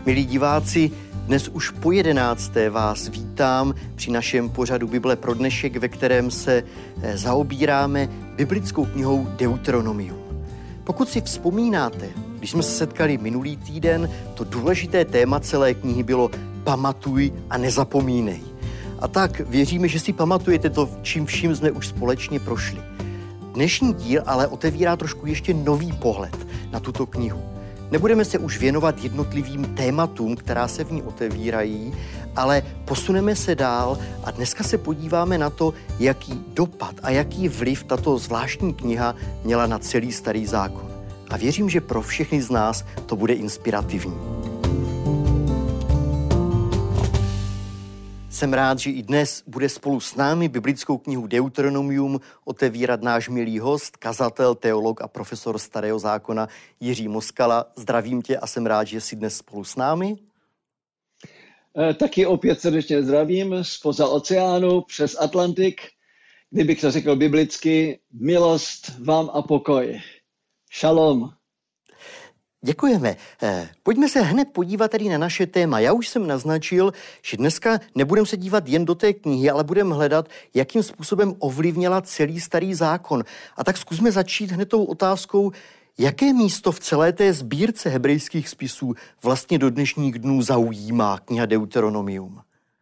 Milí diváci, dnes už po 11. vás vítám při našem pořadu Bible pro dnešek, ve kterém se zaobíráme biblickou knihou Deuteronomium. Pokud si vzpomínáte, když jsme se setkali minulý týden, to důležité téma celé knihy bylo Pamatuj a nezapomínej. A tak věříme, že si pamatujete to, čím vším jsme už společně prošli. Dnešní díl ale otevírá trošku ještě nový pohled na tuto knihu. Nebudeme se už věnovat jednotlivým tématům, která se v ní otevírají, ale posuneme se dál a dneska se podíváme na to, jaký dopad a jaký vliv tato zvláštní kniha měla na celý Starý zákon. A věřím, že pro všechny z nás to bude inspirativní. Jsem rád, že i dnes bude spolu s námi biblickou knihu Deuteronomium otevírat náš milý host, kazatel, teolog a profesor Starého zákona Jiří Moskala. Zdravím tě a jsem rád, že jsi dnes spolu s námi. Taky opět srdečně zdravím zpoza oceánu přes Atlantik, kdybych to řekl biblicky, milost vám a pokoj. Šalom. Děkujeme. Pojďme se hned podívat tady na naše téma. Já už jsem naznačil, že dneska nebudeme se dívat jen do té knihy, ale budeme hledat, jakým způsobem ovlivnila celý Starý zákon. A tak zkusme začít hned tou otázkou, jaké místo v celé té sbírce hebrejských spisů vlastně do dnešních dnů zaujímá kniha Deuteronomium?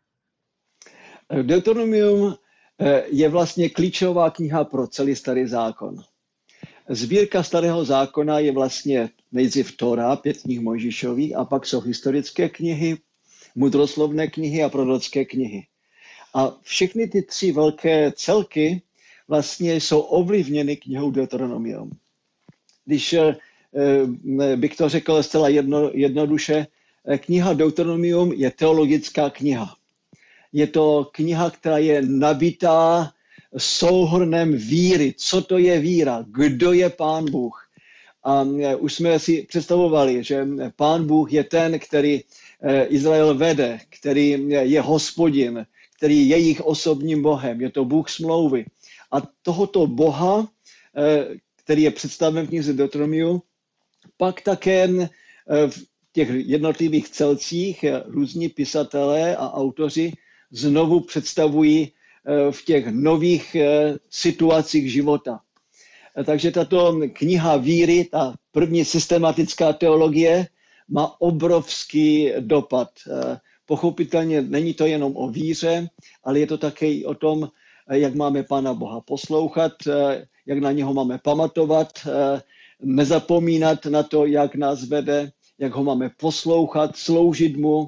Deuteronomium je vlastně klíčová kniha pro celý Starý zákon. Sbírka Starého zákona je vlastně nejdřív Tóra, 5 knih Mojžíšových, a pak jsou historické knihy, mudroslovné knihy a prorocké knihy. A všechny ty 3 velké celky vlastně jsou ovlivněny knihou Deuteronomium. Když bych to řekl zcela jednoduše, kniha Deuteronomium je teologická kniha. Je to kniha, která je nabitá souhrnem víry. Co to je víra? Kdo je Pán Bůh? A už jsme si představovali, že Pán Bůh je ten, který Izrael vede, který je Hospodin, který je jejich osobním Bohem. Je to Bůh smlouvy. A tohoto Boha, který je představen v knize Deuteronomium, pak také v těch jednotlivých celcích různí pisatelé a autoři znovu představují v těch nových situacích života. Takže tato kniha víry, ta první systematická teologie, má obrovský dopad. Pochopitelně není to jenom o víře, ale je to také i o tom, jak máme Pána Boha poslouchat, jak na něho máme pamatovat, nezapomínat na to, jak nás vede, jak ho máme poslouchat, sloužit mu.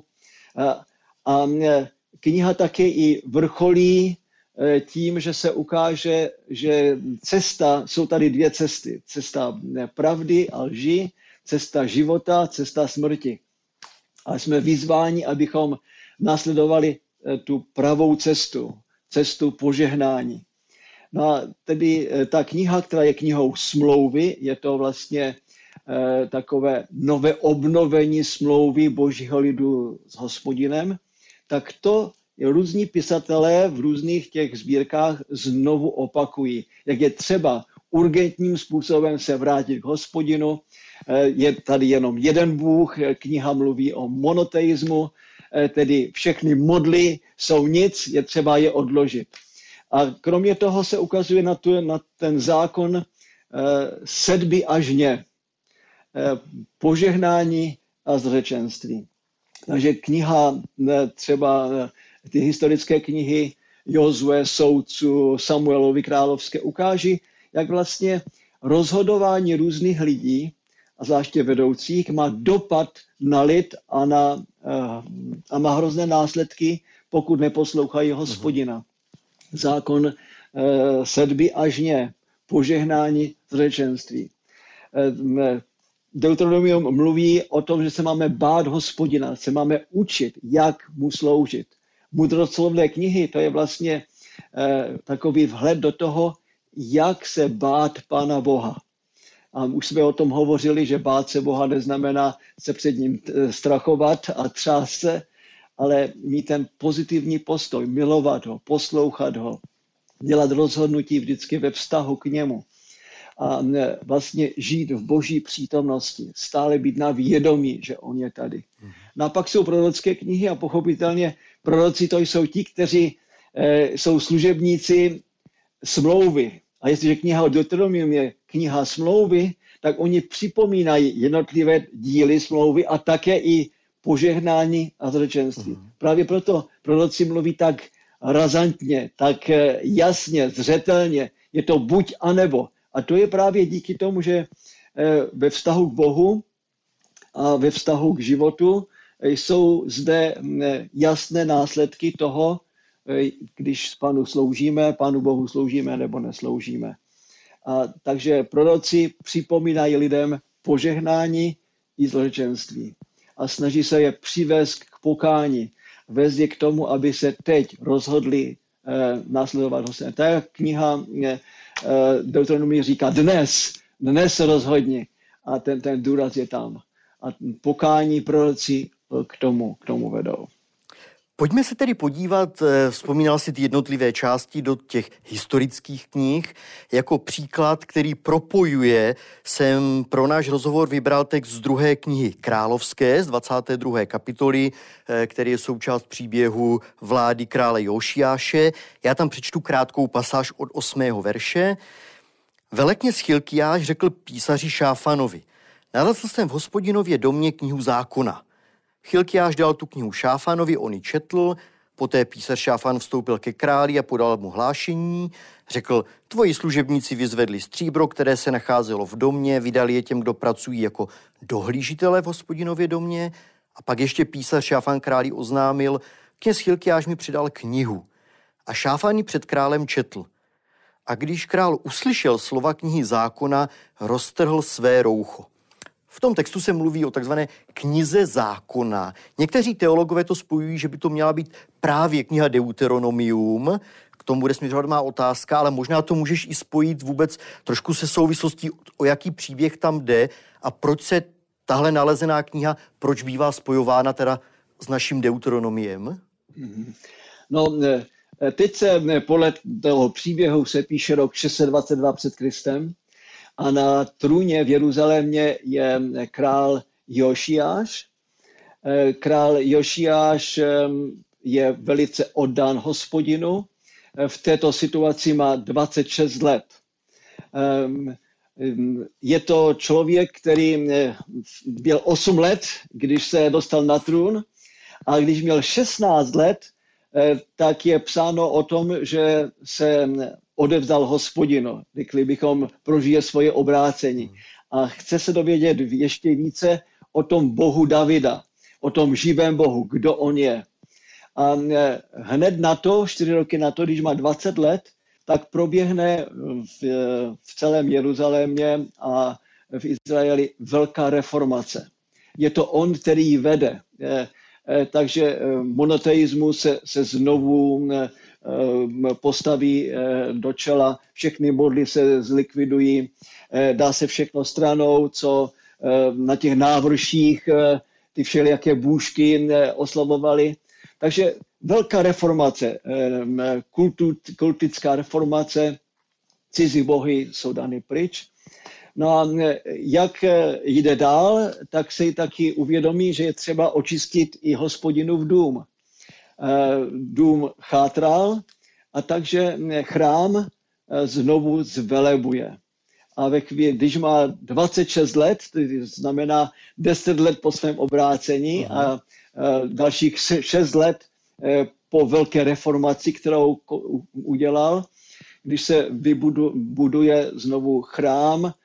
A kniha také i vrcholí tím, že se ukáže, že jsou tady 2 cesty. Cesta pravdy a lži, cesta života, cesta smrti. A jsme vyzváni, abychom následovali tu pravou cestu požehnání. No a tedy ta kniha, která je knihou smlouvy, je to vlastně takové nové obnovení smlouvy Božího lidu s Hospodinem, tak to různí pisatelé v různých těch sbírkách znovu opakují, jak je třeba urgentním způsobem se vrátit k Hospodinu. Je tady jenom jeden Bůh, kniha mluví o monoteismu, tedy všechny modly jsou nic, je třeba je odložit. A kromě toho se ukazuje na ten zákon sedby a žně, požehnání a zřečenství. Takže kniha, třeba ty historické knihy Jozue, soudců, Samuelovi královské ukáží, jak vlastně rozhodování různých lidí, a zvláště vedoucích, má dopad na lid a má hrozné následky, pokud neposlouchají Hospodina. Zákon sedby a žně, požehnání zřečenství. Deuteronomium mluví o tom, že se máme bát Hospodina, se máme učit, jak mu sloužit. Mudroslovné knihy, to je vlastně takový vhled do toho, jak se bát Pána Boha. A už jsme o tom hovořili, že bát se Boha neznamená se před ním strachovat a třást se, ale mít ten pozitivní postoj, milovat ho, poslouchat ho, dělat rozhodnutí vždycky ve vztahu k němu. A vlastně žít v Boží přítomnosti, stále být na vědomí, že on je tady. No a pak jsou prorocké knihy a pochopitelně proroci to jsou ti, kteří jsou služebníci smlouvy. A jestliže kniha Deuteronomium je kniha smlouvy, tak oni připomínají jednotlivé díly smlouvy a také i požehnání a zřečenství. Právě proto proroci mluví tak razantně, tak jasně, zřetelně. Je to buď a nebo. A to je právě díky tomu, že ve vztahu k Bohu a ve vztahu k životu jsou zde jasné následky toho, když Pánu Bohu sloužíme nebo nesloužíme. A takže proroci připomínají lidem požehnání i zločenství a snaží se je přivést k pokání, vést je k tomu, aby se teď rozhodli následovat Hospodina. Ta kniha Deuteronomii říká dnes se rozhodni a ten důraz je tam. A pokání proroci k tomu vedou. Pojďme se tedy podívat, vzpomínal si ty jednotlivé části do těch historických knih, jako příklad, který propojuje, jsem pro náš rozhovor vybral text z 2. knihy Královské, z 22. kapitoly, který je součást příběhu vlády krále Jošiáše. Já tam přečtu krátkou pasáž od 8. verše. Velekněz Chilkiáš řekl písaři Šáfanovi: nalezl jsem v Hospodinově domě knihu zákona. Chilkiáš dal tu knihu Šáfanovi, on ji četl, poté písař Šáfan vstoupil ke králi a podal mu hlášení. Řekl: tvoji služebníci vyzvedli stříbro, které se nacházelo v domě, vydali je těm, kdo pracují jako dohlížitele v Hospodinově domě. A pak ještě písař Šáfan králi oznámil: kněz Chilkiáš mi přidal knihu. A Šáfan ji před králem četl. A když král uslyšel slova knihy zákona, roztrhl své roucho. V tom textu se mluví o takzvané knize zákona. Někteří teologové to spojují, že by to měla být právě kniha Deuteronomium. K tomu bude směřovat má otázka, ale možná to můžeš i spojit vůbec trošku se souvislostí, o jaký příběh tam jde a proč se tahle nalezená kniha, proč bývá spojována teda s naším Deuteronomiem? No, teď se podle toho příběhu se píše rok 622 před Kristem. A na trůně v Jeruzalémě je král Jošiáš. Král Jošiáš je velice oddán Hospodinu. V této situaci má 26 let. Je to člověk, který byl 8 let, když se dostal na trůn, a když měl 16 let, tak je psáno o tom, že se odevzdal Hospodinu. Řekli bychom, prožije svoje obrácení. A chce se dovědět ještě více o tom Bohu Davida, o tom živém Bohu, kdo on je. A hned na to, 4 roky na to, když má 20 let, tak proběhne v celém Jeruzalémě a v Izraeli velká reformace. Je to on, který ji vede. Takže monoteismus se znovu postaví do čela, všechny modly se zlikvidují, dá se všechno stranou, co na těch návrších ty všelijaké bůžky oslavovali. Takže velká reformace, kultická reformace, cizí bohy jsou dány pryč. No a jak jde dál, tak se taky uvědomí, že je třeba očistit i Hospodinův dům. Dům chátral a takže chrám znovu zvelebuje. A když má 26 let, to znamená 10 let po svém obrácení a dalších 6 let po velké reformaci, kterou udělal, když se buduje znovu chrám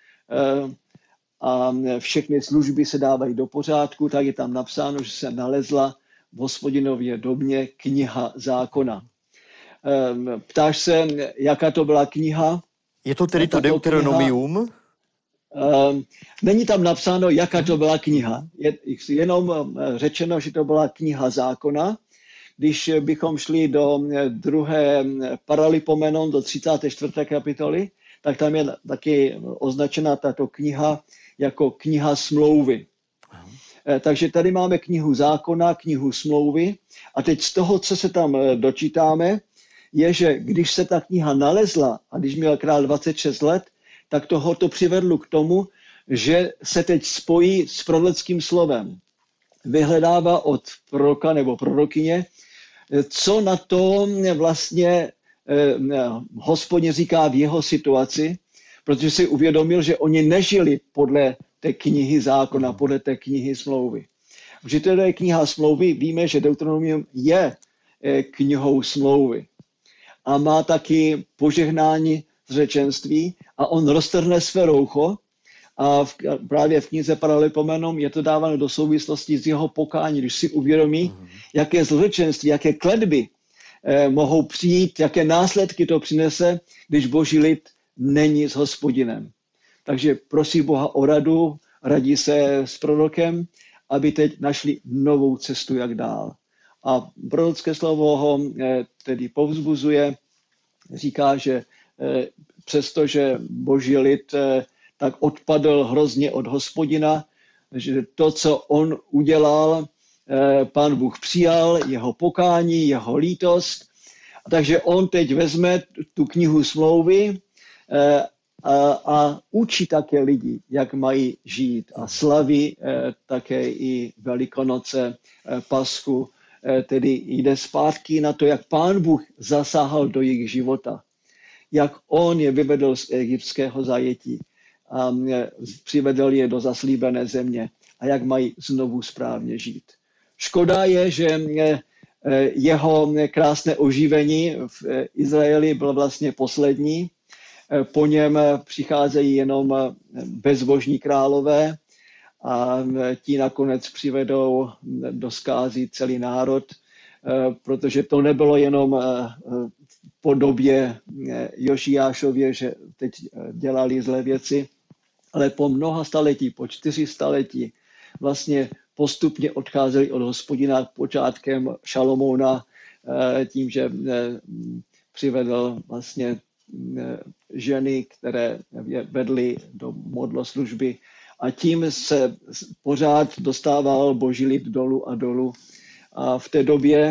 a všechny služby se dávají do pořádku, tak je tam napsáno, že se nalezla v Hospodinově domě kniha zákona. Ptáš se, jaká to byla kniha? Je to tedy to Deuteronomium? Není tam napsáno, jaká to byla kniha. Je jenom řečeno, že to byla kniha zákona. Když bychom šli do 2. Paralipomenon, do 34. kapitoly, tak tam je taky označena tato kniha jako kniha smlouvy. Takže tady máme knihu zákona, knihu smlouvy a teď z toho, co se tam dočítáme, je, že když se ta kniha nalezla a když měl král 26 let, tak to přivedlo k tomu, že se teď spojí s prorockým slovem. vyhledává od proroka nebo prorokyně, co na to vlastně Hospodin říká v jeho situaci, protože si uvědomil, že oni nežili podle té knihy zákona, podle té knihy smlouvy. Protože to je kniha smlouvy, víme, že Deuteronomium je knihou smlouvy a má taky požehnání zřečenství a on roztrhne své roucho a právě v knize Paralipomenon je to dáváno do souvislosti s jeho pokání, když si uvědomí, jaké zlorečenství, jaké kletby mohou přijít, jaké následky to přinese, když Boží lid není s Hospodinem. Takže prosí Boha o radu, radí se s prorokem, aby teď našli novou cestu, jak dál. A prorocké slovo ho tedy povzbuzuje, říká, že přestože Boží lid tak odpadl hrozně od Hospodina, že to, co on udělal, Pán Bůh přijal, jeho pokání, jeho lítost. Takže on teď vezme tu knihu smlouvy a učí také lidi, jak mají žít a slaví také i Velikonoce, Paschu, tedy jde zpátky na to, jak Pán Bůh zasáhl do jejich života, jak on je vyvedl z egyptského zajetí a přivedl je do zaslíbené země a jak mají znovu správně žít. Škoda je, že jeho krásné oživení v Izraeli bylo vlastně poslední. Po něm přicházejí jenom bezbožní králové a ti nakonec přivedou do zkázy celý národ, protože to nebylo jenom po době Jošiášově, že teď dělali zlé věci, ale po mnoha staletí, po 4 staletí vlastně postupně odcházeli od Hospodina počátkem Šalomouna tím, že přivedl vlastně ženy, které je vedly do modloslužby a tím se pořád dostával Boží lid dolů a dolů. A v té době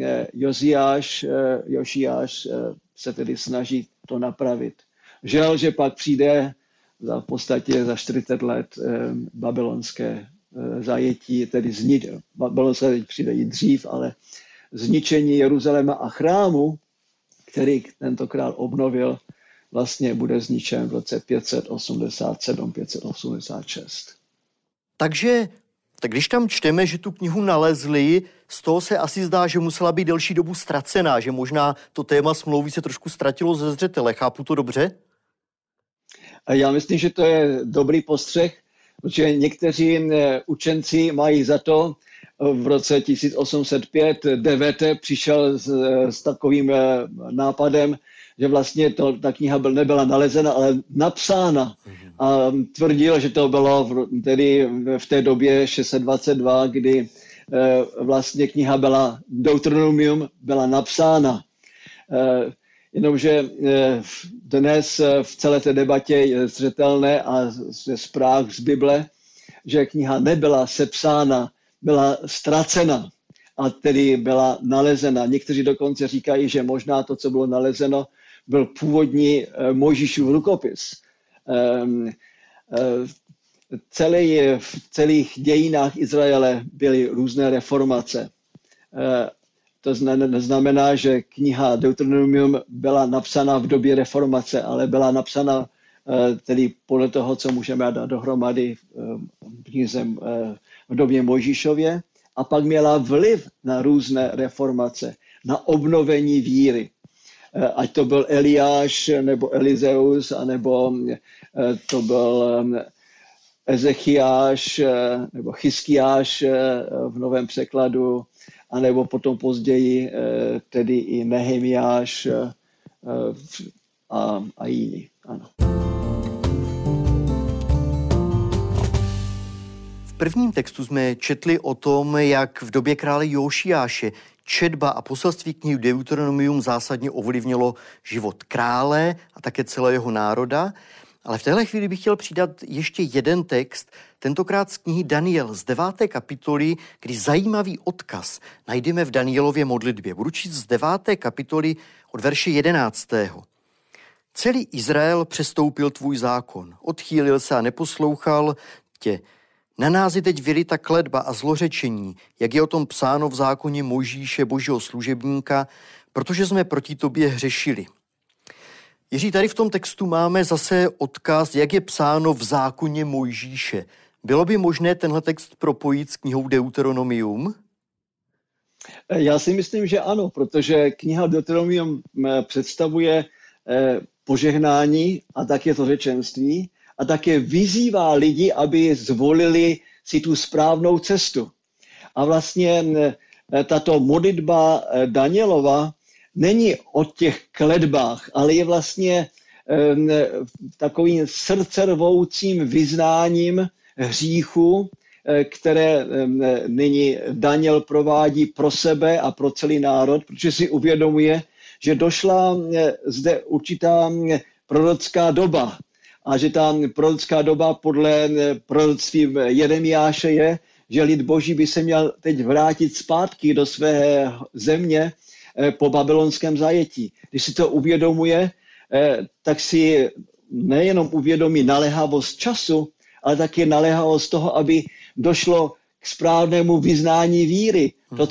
Jošiáš se tedy snaží to napravit. Žel, že pak přijde v podstatě za 40 let babylonské zajetí, tedy babylonské zajetí přijde i dřív, ale zničení Jeruzaléma a chrámu, který tento král obnovil, vlastně bude zničen v roce 587-586. Takže když tam čteme, že tu knihu nalezli, z toho se asi zdá, že musela být delší dobu ztracená, že možná to téma smlouvy se trošku ztratilo ze zřetele. Chápu to dobře? Já myslím, že to je dobrý postřeh, protože někteří učenci mají za to, v roce 1805 Devete přišel s takovým nápadem, že vlastně ta kniha nebyla nalezena, ale napsána. A tvrdil, že to bylo tedy v té době 622, kdy vlastně kniha Deuteronomium byla napsána. Jenomže dnes v celé té debatě je zřetelné a ze zpráv z Bible, že kniha nebyla sepsána, byla ztracena a tedy byla nalezena. Někteří dokonce říkají, že možná to, co bylo nalezeno, byl původní Mojžíšův rukopis. V celých dějinách Izraele byly různé reformace. To znamená, že kniha Deuteronomium byla napsána v době reformace, ale byla napsána tedy podle toho, co můžeme dát dohromady v době Mojžíšově, a pak měla vliv na různé reformace, na obnovení víry. Ať to byl Eliáš, nebo Elizeus, anebo to byl Ezechiáš, nebo Chyskiáš v novém překladu, anebo potom později tedy i Nehemiáš a jiní. Ano. V prvním textu jsme četli o tom, jak v době krále Jošiáše četba a poselství knihy Deuteronomium zásadně ovlivnilo život krále a také celého jeho národa. Ale v téhle chvíli bych chtěl přidat ještě jeden text, tentokrát z knihy Daniel z 9. kapitoly, kdy zajímavý odkaz najdeme v Danielově modlitbě. Budu číst z 9. kapitoly od verše 11. Celý Izrael přestoupil tvůj zákon, odchýlil se a neposlouchal tě. Na nás je teď vylita kletba a zlořečení, jak je o tom psáno v zákoně Mojžíše, božího služebníka, protože jsme proti tobě hřešili. Jiří, tady v tom textu máme zase odkaz, jak je psáno v zákoně Mojžíše. Bylo by možné tenhle text propojit s knihou Deuteronomium? Já si myslím, že ano, protože kniha Deuteronomium představuje požehnání a také to řečenství a také vyzývá lidi, aby zvolili si tu správnou cestu. A vlastně tato modlitba Danielova není o těch kletbách, ale je vlastně takovým srdcervoucím vyznáním hříchu, které nyní Daniel provádí pro sebe a pro celý národ, protože si uvědomuje, že došla zde určitá prorocká doba a že ta prorocká doba podle proroctví Jeremiáše je, že lid Boží by se měl teď vrátit zpátky do své země po babylonském zajetí. Když si to uvědomuje, tak si nejenom uvědomí naléhavost času, ale také naléhavost toho, aby došlo k správnému vyznání víry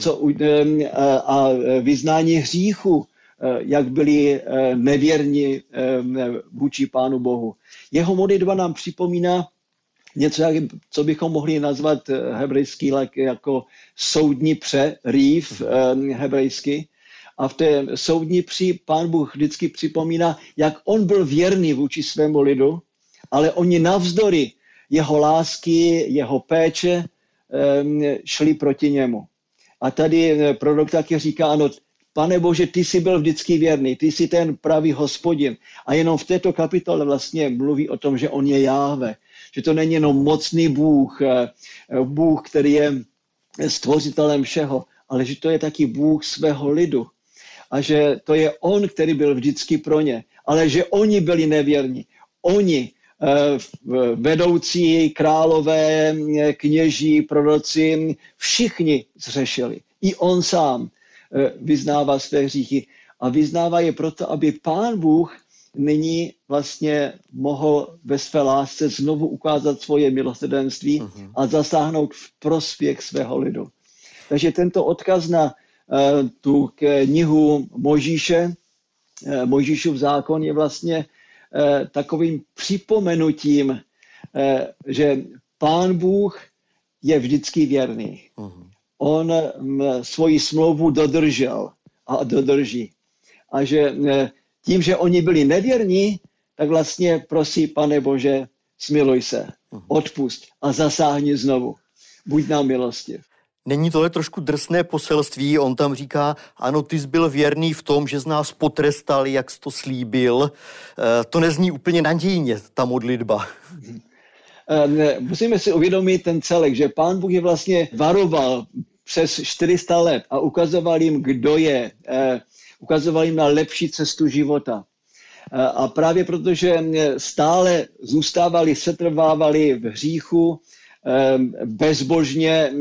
a vyznání hříchu, jak byli nevěrní vůči Pánu Bohu. Jeho modlitba nám připomíná něco, co bychom mohli nazvat hebrejský jako soudní pře, rýv hebrejsky. A v té soudní pří Pán Bůh vždycky připomíná, jak on byl věrný vůči svému lidu, ale oni navzdory jeho lásky, jeho péče šli proti němu. A tady prorok taky říká, ano, Pane Bože, ty jsi byl vždycky věrný, ty jsi ten pravý Hospodin. A jenom v této kapitole vlastně mluví o tom, že on je Jáhve, že to není jenom mocný Bůh, Bůh, který je stvořitelem všeho, ale že to je taky Bůh svého lidu. A že to je on, který byl vždycky pro ně, ale že oni byli nevěrní. Oni, vedoucí, králové, kněží, proroci, všichni zřešili. I on sám vyznává své hříchy. A vyznává je proto, aby Pán Bůh nyní vlastně mohl ve své lásce znovu ukázat svoje milosrdenství a zasáhnout v prospěch svého lidu. Takže tento odkaz na tu knihu Mojžíše, Mojžíšův zákon je vlastně takovým připomenutím, že Pán Bůh je vždycky věrný. On svoji smlouvu dodržel a dodrží. A že tím, že oni byli nevěrní, tak vlastně prosí, Pane Bože, smiluj se, odpusť a zasáhni znovu. Buď nám milostiv. Není tohle trošku drsné poselství? On tam říká, ano, ty jsi byl věrný v tom, že z nás potrestal, jak jsi to slíbil. To nezní úplně nadějně, ta modlitba. Musíme si uvědomit ten celek, že Pán Bůh je vlastně varoval přes 400 let a ukazoval jim, kdo je. Ukazoval jim na lepší cestu života. A právě protože stále zůstávali, setrvávali v hříchu, bezbožně,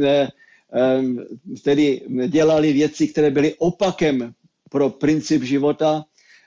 tedy dělali věci, které byly opakem pro princip života,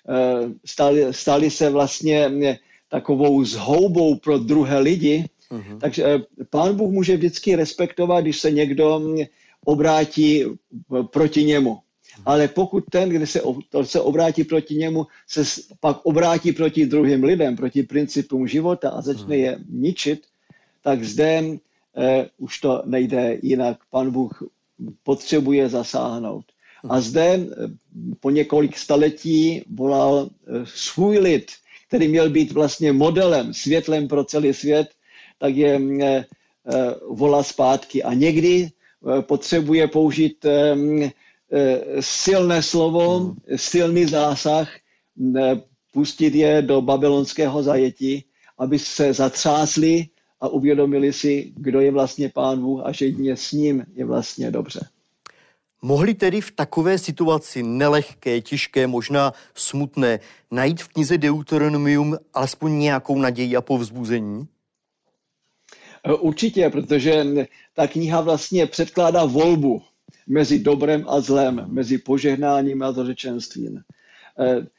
stali se vlastně takovou zhoubou pro druhé lidi. Takže Pán Bůh může vždycky respektovat, když se někdo obrátí proti němu. Ale pokud ten, kde se obrátí proti němu, se pak obrátí proti druhým lidem, proti principům života a začne je ničit, tak zde už to nejde jinak. Pan Bůh potřebuje zasáhnout. A zde po několik staletí volal svůj lid, který měl být vlastně modelem, světlem pro celý svět, tak je volá zpátky. A někdy potřebuje použít silné slovo, silný zásah, pustit je do babylonského zajetí, aby se zatřásli a uvědomili si, kdo je vlastně Pán Bůh a že jedině s ním je vlastně dobře. Mohli tedy v takové situaci nelehké, těžké, možná smutné, najít v knize Deuteronomium alespoň nějakou naději a povzbuzení? Určitě, protože ta kniha vlastně předkládá volbu mezi dobrem a zlem, mezi požehnáním a zlořečenstvím.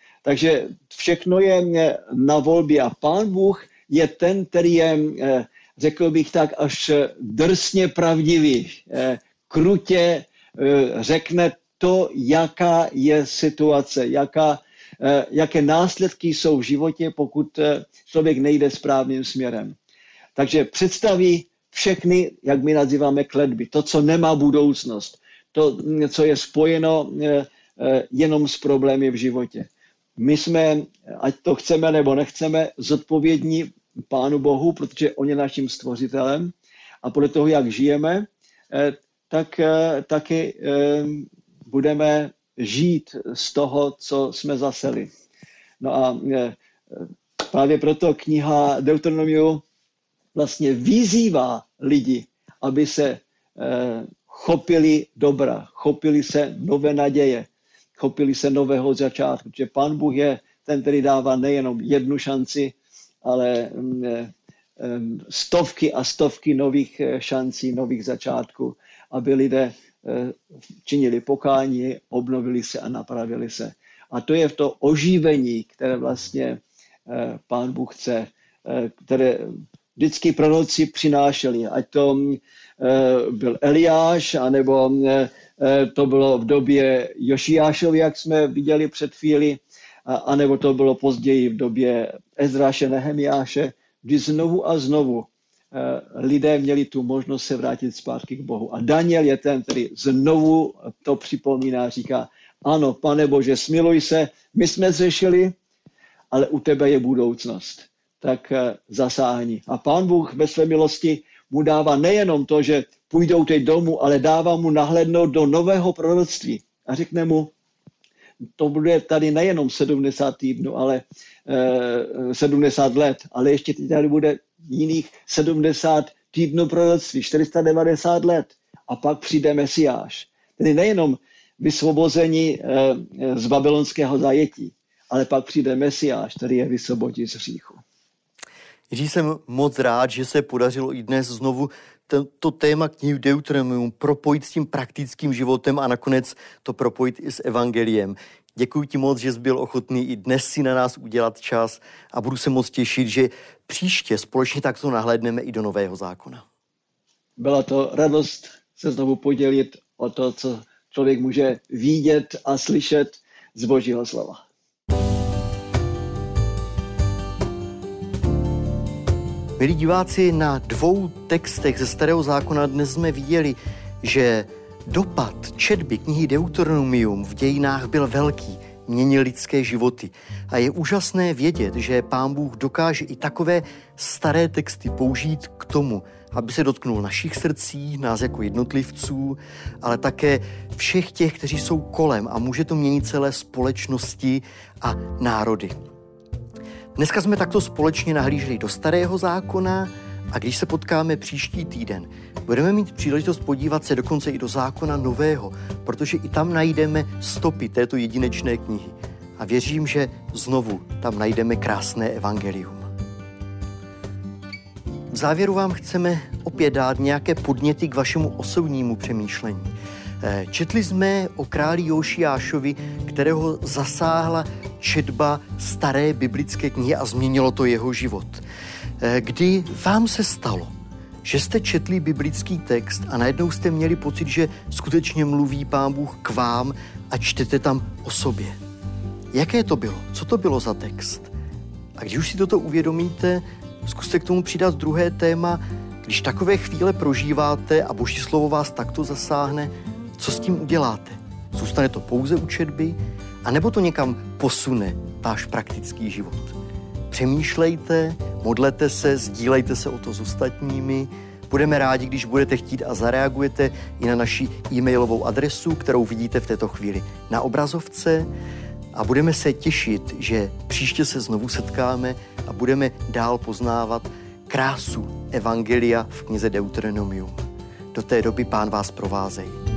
Takže všechno je na volbě a Pán Bůh je ten, který je řekl bych tak, až drsně pravdivý, krutě řekne to, jaká je situace, jaké následky jsou v životě, pokud člověk nejde správným směrem. Takže představí všechny, jak my nazýváme kletby, to, co nemá budoucnost, to, co je spojeno jenom s problémy v životě. My jsme, ať to chceme nebo nechceme, zodpovědní Pánu Bohu, protože on je naším stvořitelem a podle toho, jak žijeme, tak taky budeme žít z toho, co jsme zaseli. No a právě proto kniha Deuteronomiu vlastně vyzývá lidi, aby se chopili dobra, chopili se nové naděje, chopili se nového začátku. Protože Pán Bůh je ten, který dává nejenom jednu šanci, ale stovky a stovky nových šancí, nových začátků, aby lidé činili pokání, obnovili se a napravili se. A to je v to oživení, které vlastně Pán Bůh chce, které vždycky proroci přinášeli. Ať to byl Eliáš, anebo to bylo v době Jošiášovi, jak jsme viděli před chvíli, anebo to bylo později v době Ezráše, Nehemiáše, kdy znovu a znovu lidé měli tu možnost se vrátit zpátky k Bohu. A Daniel je ten, který znovu to připomíná, říká, ano, Pane Bože, smiluj se, my jsme zřešili, ale u tebe je budoucnost. Tak zasáhni. A Pán Bůh ve své milosti mu dává nejenom to, že půjdou teď domů, ale dává mu nahlédnout do nového proroctví. A řekne mu, to bude tady nejenom 70 týdnů, ale 70 let, ale ještě tady bude jiných 70 týdnů proroctví, 490 let. A pak přijde Mesiáš. Tedy nejenom vysvobození z babylonského zajetí, ale pak přijde Mesiáš, který je vysvobodí z hříchu. Jiří, jsem moc rád, že se podařilo i dnes znovu to téma knihy Deuteronomium propojit s tím praktickým životem a nakonec to propojit i s evangeliem. Děkuji ti moc, že jsi byl ochotný i dnes si na nás udělat čas a budu se moc těšit, že příště společně takto nahlédneme i do Nového zákona. Byla to radost se znovu podělit o to, co člověk může vidět a slyšet z Božího slova. Milí diváci, na 2 textech ze Starého zákona dnes jsme viděli, že dopad četby knihy Deuteronomium v dějinách byl velký, měnil lidské životy. A je úžasné vědět, že Pán Bůh dokáže i takové staré texty použít k tomu, aby se dotknul našich srdcí, nás jako jednotlivců, ale také všech těch, kteří jsou kolem a může to měnit celé společnosti a národy. Dneska jsme takto společně nahlíželi do Starého zákona a když se potkáme příští týden, budeme mít příležitost podívat se dokonce i do zákona Nového, protože i tam najdeme stopy této jedinečné knihy. A věřím, že znovu tam najdeme krásné evangelium. V závěru vám chceme opět dát nějaké podněty k vašemu osobnímu přemýšlení. Četli jsme o králi Jošiášovi, kterého zasáhla četba staré biblické knihy a změnilo to jeho život. Kdy vám se stalo, že jste četli biblický text a najednou jste měli pocit, že skutečně mluví Pán Bůh k vám a čtete tam o sobě? Jaké to bylo? Co to bylo za text? A když už si toto uvědomíte, zkuste k tomu přidat druhé téma. Když takové chvíle prožíváte a Boží slovo vás takto zasáhne, co s tím uděláte? Zůstane to pouze u četby, anebo to někam posune váš praktický život? Přemýšlejte, modlete se, sdílejte se o to s ostatními. Budeme rádi, když budete chtít a zareagujete i na naši e-mailovou adresu, kterou vidíte v této chvíli na obrazovce. A budeme se těšit, že příště se znovu setkáme a budeme dál poznávat krásu evangelia v knize Deuteronomium. Do té doby Pán vás provázej.